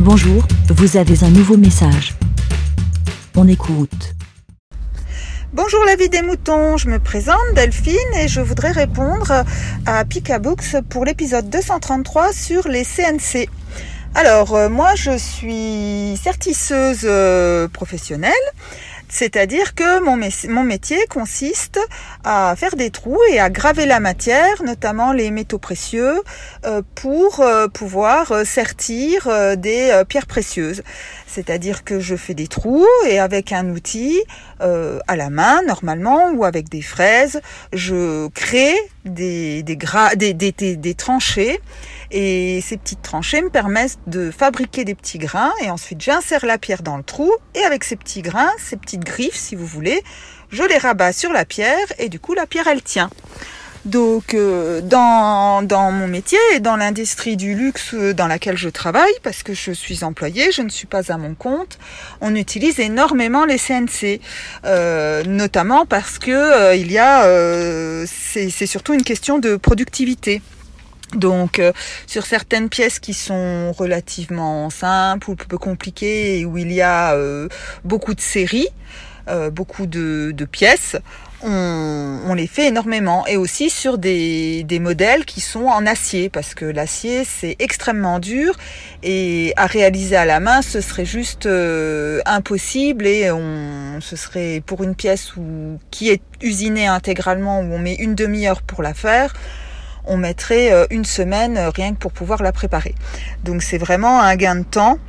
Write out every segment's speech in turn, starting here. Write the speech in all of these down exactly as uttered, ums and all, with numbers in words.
Bonjour, vous avez un nouveau message. On écoute. Bonjour la vie des moutons, je me présente Delphine et je voudrais répondre à Picabooks pour l'épisode deux cent trente-trois sur les C N C. Alors euh, moi je suis certisseuse euh, professionnelle, c'est-à-dire que mon, mé- mon métier consiste à faire des trous et à graver la matière, notamment les métaux précieux, euh, pour euh, pouvoir euh, sertir euh, des euh, pierres précieuses. C'est-à-dire que je fais des trous et avec un outil euh, à la main normalement ou avec des fraises, je crée des, des, gra- des, des, des, des tranchées. Et ces petites tranchées me permettent de fabriquer des petits grains et ensuite j'insère la pierre dans le trou et avec ces petits grains, ces petites griffes si vous voulez, je les rabats sur la pierre et du coup la pierre elle tient. Donc euh, dans, dans mon métier et dans l'industrie du luxe dans laquelle je travaille, parce que je suis employée, je ne suis pas à mon compte, on utilise énormément les C N C, euh, notamment parce que euh, il y a, euh, c'est, c'est surtout une question de productivité. Donc euh, sur certaines pièces qui sont relativement simples ou peu compliquées et où il y a euh, beaucoup de séries, euh, beaucoup de, de pièces, on, on les fait énormément. Et aussi sur des, des modèles qui sont en acier, parce que l'acier c'est extrêmement dur et à réaliser à la main ce serait juste euh, impossible et on ce serait pour une pièce où, qui est usinée intégralement où on met une demi-heure pour la faire, on mettrait une semaine rien que pour pouvoir la préparer. Donc c'est vraiment un gain de temps.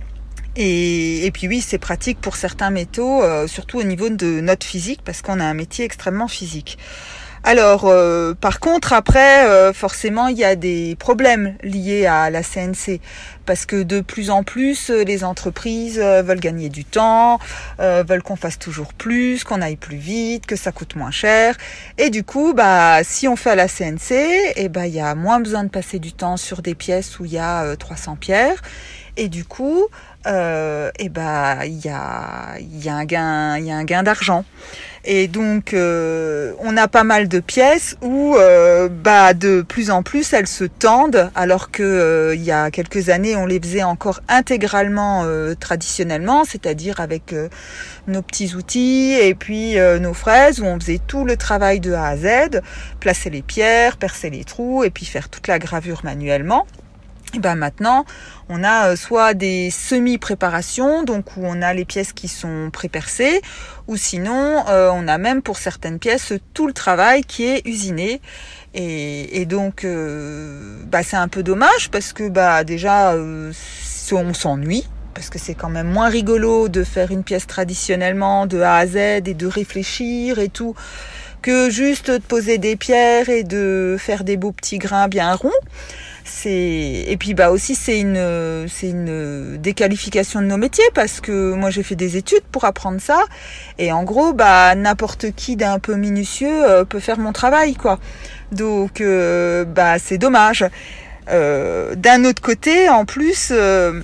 Et, et puis oui, c'est pratique pour certains métaux, euh, surtout au niveau de notre physique, parce qu'on a un métier extrêmement physique. Alors, euh, par contre, après, euh, forcément, il y a des problèmes liés à la C N C, parce que de plus en plus, les entreprises veulent gagner du temps, euh, veulent qu'on fasse toujours plus, qu'on aille plus vite, que ça coûte moins cher. Et du coup, bah, si on fait à la C N C, eh ben, il y a moins besoin de passer du temps sur des pièces où il y a euh, trois cents pierres. Et du coup, euh, eh ben, il y a, il y a un gain, il y a un gain d'argent. Et donc, euh, on a pas mal de pièces où, euh, bah, de plus en plus, elles se tendent, alors que euh, il y a quelques années, on les faisait encore intégralement euh, traditionnellement, c'est-à-dire avec euh, nos petits outils et puis euh, nos fraises, où on faisait tout le travail de A à Z, placer les pierres, percer les trous et puis faire toute la gravure manuellement. Et ben maintenant, on a soit des semi-préparations, donc où on a les pièces qui sont pré-percées, ou sinon, euh, on a même pour certaines pièces tout le travail qui est usiné. Et, et donc, euh, bah c'est un peu dommage parce que bah déjà, euh, on s'ennuie. Parce que c'est quand même moins rigolo de faire une pièce traditionnellement de A à Z et de réfléchir et tout, que juste de poser des pierres et de faire des beaux petits grains bien ronds. C'est et puis bah aussi c'est une c'est une déqualification de nos métiers parce que moi j'ai fait des études pour apprendre ça et en gros bah n'importe qui d'un peu minutieux euh, peut faire mon travail quoi. Donc euh, bah c'est dommage. Euh, d'un autre côté en plus euh,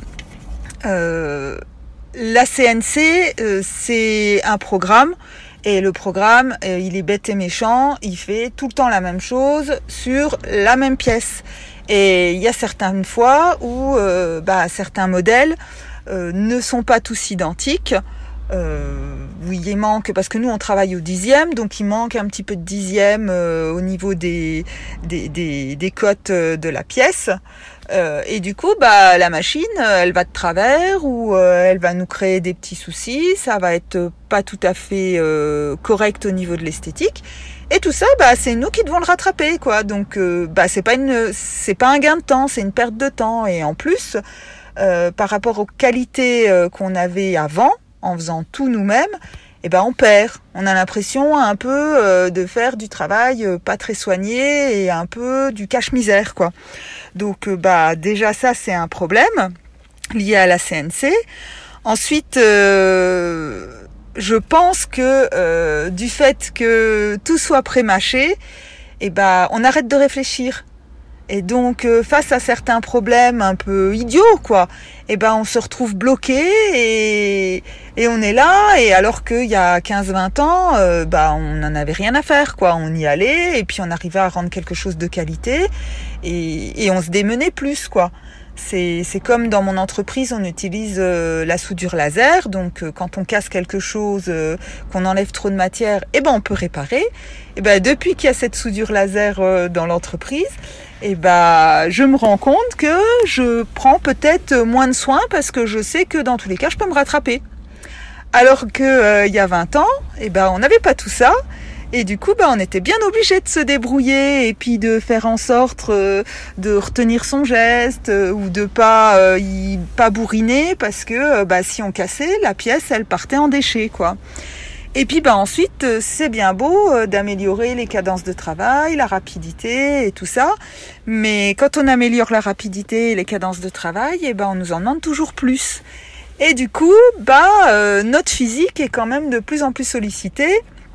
euh, la C N C euh, c'est un programme. Et le programme, euh, il est bête et méchant, il fait tout le temps la même chose sur la même pièce. Et il y a certaines fois où euh, bah, certains modèles euh, ne sont pas tous identiques. Euh, où il manque, parce que nous on travaille au dixième, donc il manque un petit peu de dixième euh, au niveau des, des, des, des cotes de la pièce. Euh, et du coup, bah la machine, elle va de travers ou euh, elle va nous créer des petits soucis. Ça va être pas tout à fait euh, correct au niveau de l'esthétique. Et tout ça, bah c'est nous qui devons le rattraper, quoi. Donc, euh, bah c'est pas une, c'est pas un gain de temps, c'est une perte de temps. Et en plus, euh, par rapport aux qualités euh, qu'on avait avant, en faisant tout nous-mêmes, eh ben on perd. On a l'impression un peu euh, de faire du travail euh, pas très soigné et un peu du cache-misère, quoi. Donc, euh, bah déjà ça c'est un problème lié à la C N C. Ensuite, euh, je pense que euh, du fait que tout soit pré-mâché, eh ben on arrête de réfléchir. Et donc, euh, face à certains problèmes un peu idiots, quoi, eh ben, on se retrouve bloqué et, et on est là. Et alors qu'il y a quinze vingt ans, euh, bah, on n'en avait rien à faire, quoi. On y allait et puis on arrivait à rendre quelque chose de qualité et, et on se démenait plus, quoi. C'est, c'est comme dans mon entreprise, on utilise euh, la soudure laser. Donc, euh, quand on casse quelque chose, euh, qu'on enlève trop de matière, eh ben, on peut réparer. Et ben, depuis qu'il y a cette soudure laser euh, dans l'entreprise, eh ben, je me rends compte que je prends peut-être moins de soin parce que je sais que dans tous les cas, je peux me rattraper. Alors que euh, il y a vingt ans, eh ben, on n'avait pas tout ça. Et du coup, bah, on était bien obligé de se débrouiller et puis de faire en sorte euh, de retenir son geste euh, ou de pas euh, y, pas bourriner parce que euh, bah, si on cassait, la pièce, elle partait en déchets, quoi. Et puis bah ensuite, euh, c'est bien beau euh, d'améliorer les cadences de travail, la rapidité et tout ça, mais quand on améliore la rapidité et les cadences de travail, et ben on nous en demande toujours plus. Et du coup, bah euh, notre physique est quand même de plus en plus sollicitée.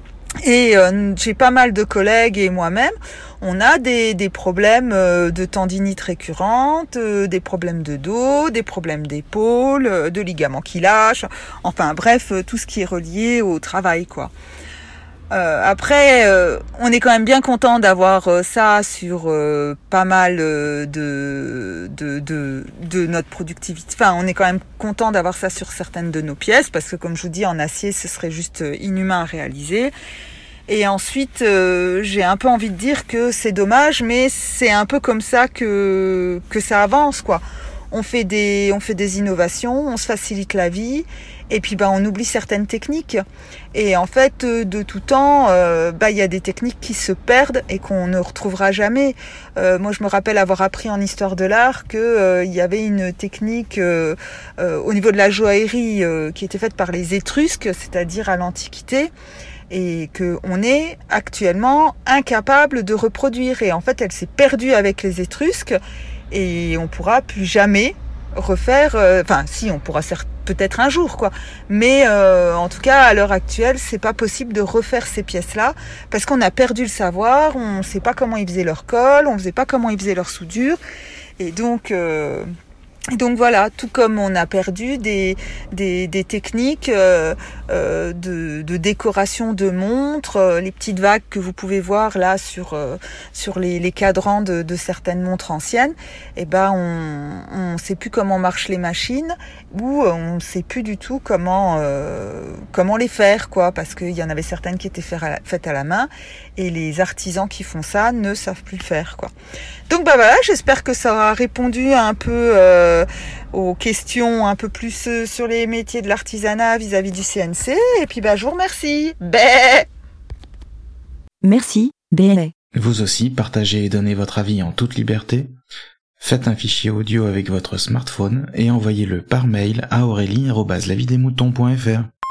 Et euh, j'ai pas mal de collègues et moi-même, on a des, des problèmes euh, de tendinite récurrente, euh, des problèmes de dos, des problèmes d'épaule, euh, de ligaments qui lâchent, enfin bref, euh, tout ce qui est relié au travail, quoi. Euh, après, euh, on est quand même bien content d'avoir euh, ça sur euh, pas mal euh, de, de, de, de notre productivité. Enfin, on est quand même content d'avoir ça sur certaines de nos pièces parce que, comme je vous dis, en acier, ce serait juste inhumain à réaliser. Et ensuite, euh, j'ai un peu envie de dire que c'est dommage, mais c'est un peu comme ça que que ça avance, quoi. On fait des, on fait des innovations, on se facilite la vie, et puis bah on oublie certaines techniques. Et en fait, de tout temps, euh, bah il y a des techniques qui se perdent et qu'on ne retrouvera jamais. Euh, moi, je me rappelle avoir appris en histoire de l'art que euh, il y avait une technique euh, euh, au niveau de la joaillerie euh, qui était faite par les Étrusques, c'est-à-dire à l'Antiquité, et que on est actuellement incapable de reproduire. Et en fait, elle s'est perdue avec les Étrusques. Et on pourra plus jamais refaire, euh, enfin si, on pourra certes peut-être un jour, quoi. Mais euh, en tout cas, à l'heure actuelle, c'est pas possible de refaire ces pièces-là parce qu'on a perdu le savoir, on ne sait pas comment ils faisaient leur colle, on ne sait pas comment ils faisaient leur soudure, et donc. Euh, Et donc voilà, tout comme on a perdu des des, des techniques euh, euh, de, de décoration de montres, euh, les petites vagues que vous pouvez voir là sur euh, sur les, les cadrans de, de certaines montres anciennes, et ben on on sait plus comment marchent les machines ou on sait plus du tout comment euh, comment les faire, quoi, parce qu'il y en avait certaines qui étaient faites à la main et les artisans qui font ça ne savent plus le faire, quoi. Donc bah voilà, j'espère que ça aura répondu un peu euh, aux questions un peu plus euh, sur les métiers de l'artisanat vis-à-vis du C N C. Et puis bah je vous remercie. Bé Merci, bé. Vous aussi, partagez et donnez votre avis en toute liberté. Faites un fichier audio avec votre smartphone et envoyez-le par mail à aurélie arobase lavidemouton point fr.